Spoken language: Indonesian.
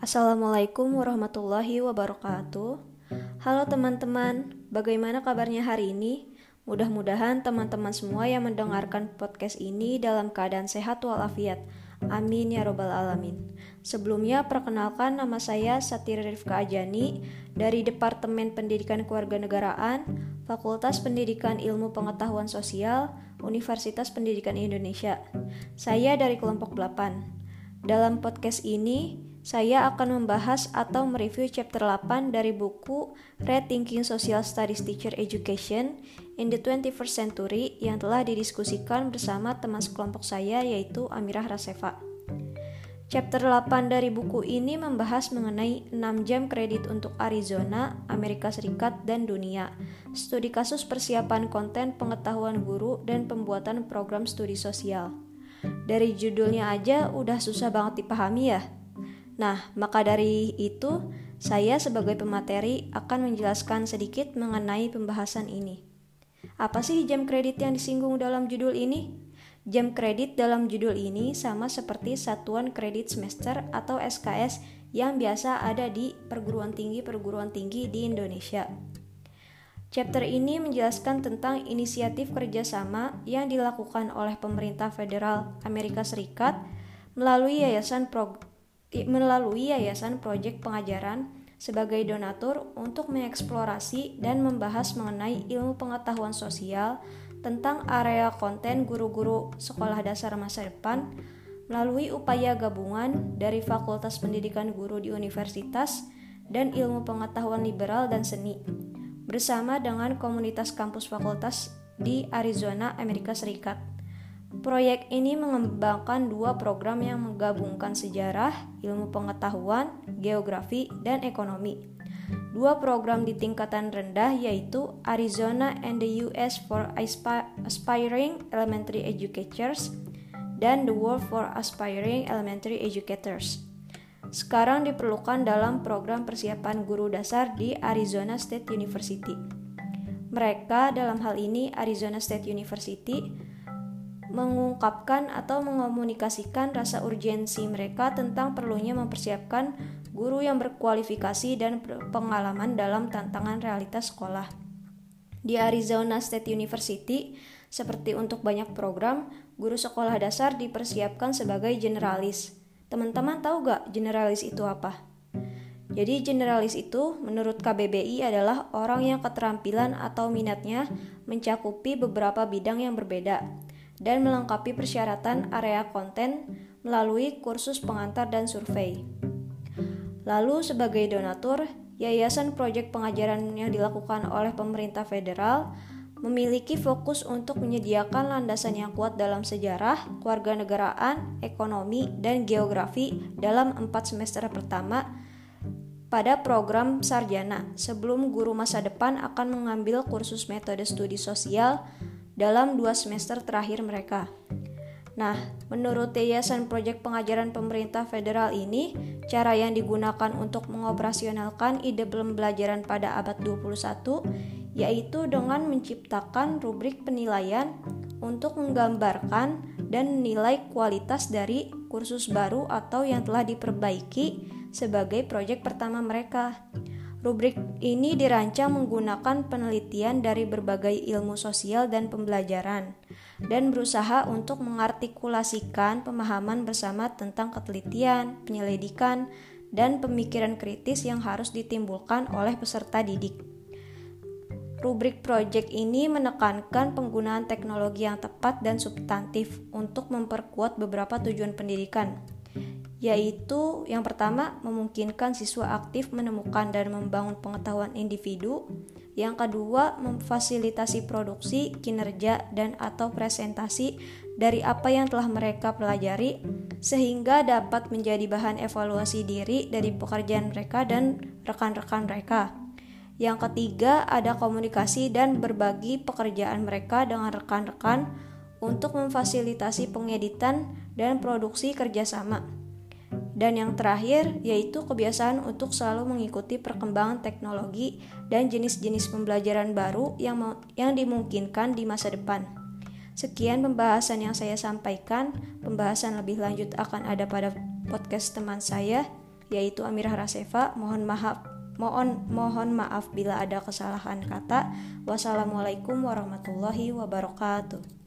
Assalamualaikum warahmatullahi wabarakatuh. Halo teman-teman, bagaimana kabarnya hari ini? Mudah-mudahan teman-teman semua yang mendengarkan podcast ini dalam keadaan sehat walafiat. Amin ya robbal alamin. Sebelumnya perkenalkan, nama saya Satira Rifka Ajani dari Departemen Pendidikan Kewarganegaraan, Fakultas Pendidikan Ilmu Pengetahuan Sosial, Universitas Pendidikan Indonesia. Saya dari kelompok 8. Dalam podcast ini, saya akan membahas atau mereview chapter 8 dari buku Rethinking Social Studies Teacher Education in the 21st Century yang telah didiskusikan bersama teman sekelompok saya yaitu Amirah Rasefa. Chapter 8 dari buku ini membahas mengenai 6 jam kredit untuk Arizona, Amerika Serikat, dan dunia, studi kasus persiapan konten pengetahuan guru dan pembuatan program studi sosial. Dari judulnya aja udah susah banget dipahami ya. Nah, maka dari itu, saya sebagai pemateri akan menjelaskan sedikit mengenai pembahasan ini. Apa sih jam kredit yang disinggung dalam judul ini? Jam kredit dalam judul ini sama seperti satuan kredit semester atau SKS yang biasa ada di perguruan tinggi di Indonesia. Chapter ini menjelaskan tentang inisiatif kerjasama yang dilakukan oleh pemerintah federal Amerika Serikat melalui Yayasan Proyek Pengajaran sebagai donatur untuk mengeksplorasi dan membahas mengenai ilmu pengetahuan sosial tentang area konten guru-guru sekolah dasar masa depan melalui upaya gabungan dari Fakultas Pendidikan Guru di Universitas dan Ilmu Pengetahuan Liberal dan Seni bersama dengan komunitas kampus fakultas di Arizona, Amerika Serikat. Proyek ini mengembangkan 2 program yang menggabungkan sejarah, ilmu pengetahuan, geografi, dan ekonomi. 2 program di tingkatan rendah yaitu Arizona and the US for Aspiring Elementary Educators dan The World for Aspiring Elementary Educators. Sekarang diperlukan dalam program persiapan guru dasar di Arizona State University. Mereka dalam hal ini Arizona State University mengungkapkan atau mengomunikasikan rasa urgensi mereka tentang perlunya mempersiapkan guru yang berkualifikasi dan pengalaman dalam tantangan realitas sekolah. Di Arizona State University, seperti untuk banyak program, guru sekolah dasar dipersiapkan sebagai generalis. Teman-teman tahu gak generalis itu apa? Jadi generalis itu menurut KBBI adalah orang yang keterampilan atau minatnya mencakupi beberapa bidang yang berbeda dan melengkapi persyaratan area konten melalui kursus pengantar dan survei. Lalu sebagai donatur, Yayasan Proyek Pengajaran yang dilakukan oleh pemerintah federal memiliki fokus untuk menyediakan landasan yang kuat dalam sejarah, kewarganegaraan, ekonomi, dan geografi dalam 4 semester pertama pada program sarjana sebelum guru masa depan akan mengambil kursus metode studi sosial dalam 2 semester terakhir mereka. Nah, menurut Yayasan Proyek Pengajaran Pemerintah Federal ini, cara yang digunakan untuk mengoperasionalkan ide pembelajaran pada abad 21 yaitu dengan menciptakan rubrik penilaian untuk menggambarkan dan menilai kualitas dari kursus baru atau yang telah diperbaiki sebagai proyek pertama mereka. Rubrik ini dirancang menggunakan penelitian dari berbagai ilmu sosial dan pembelajaran dan berusaha untuk mengartikulasikan pemahaman bersama tentang ketelitian, penyelidikan, dan pemikiran kritis yang harus ditimbulkan oleh peserta didik. Rubrik proyek ini menekankan penggunaan teknologi yang tepat dan substantif untuk memperkuat beberapa tujuan pendidikan, yaitu yang pertama memungkinkan siswa aktif menemukan dan membangun pengetahuan individu, yang kedua memfasilitasi produksi, kinerja, dan atau presentasi dari apa yang telah mereka pelajari sehingga dapat menjadi bahan evaluasi diri dari pekerjaan mereka dan rekan-rekan mereka. Yang ketiga ada komunikasi dan berbagi pekerjaan mereka dengan rekan-rekan untuk memfasilitasi pengeditan dan produksi kerjasama. Dan yang terakhir yaitu kebiasaan untuk selalu mengikuti perkembangan teknologi dan jenis-jenis pembelajaran baru yang dimungkinkan di masa depan. Sekian pembahasan yang saya sampaikan. Pembahasan lebih lanjut akan ada pada podcast teman saya yaitu Amirah Rasefa. Mohon maaf bila ada kesalahan kata. Wassalamualaikum warahmatullahi wabarakatuh.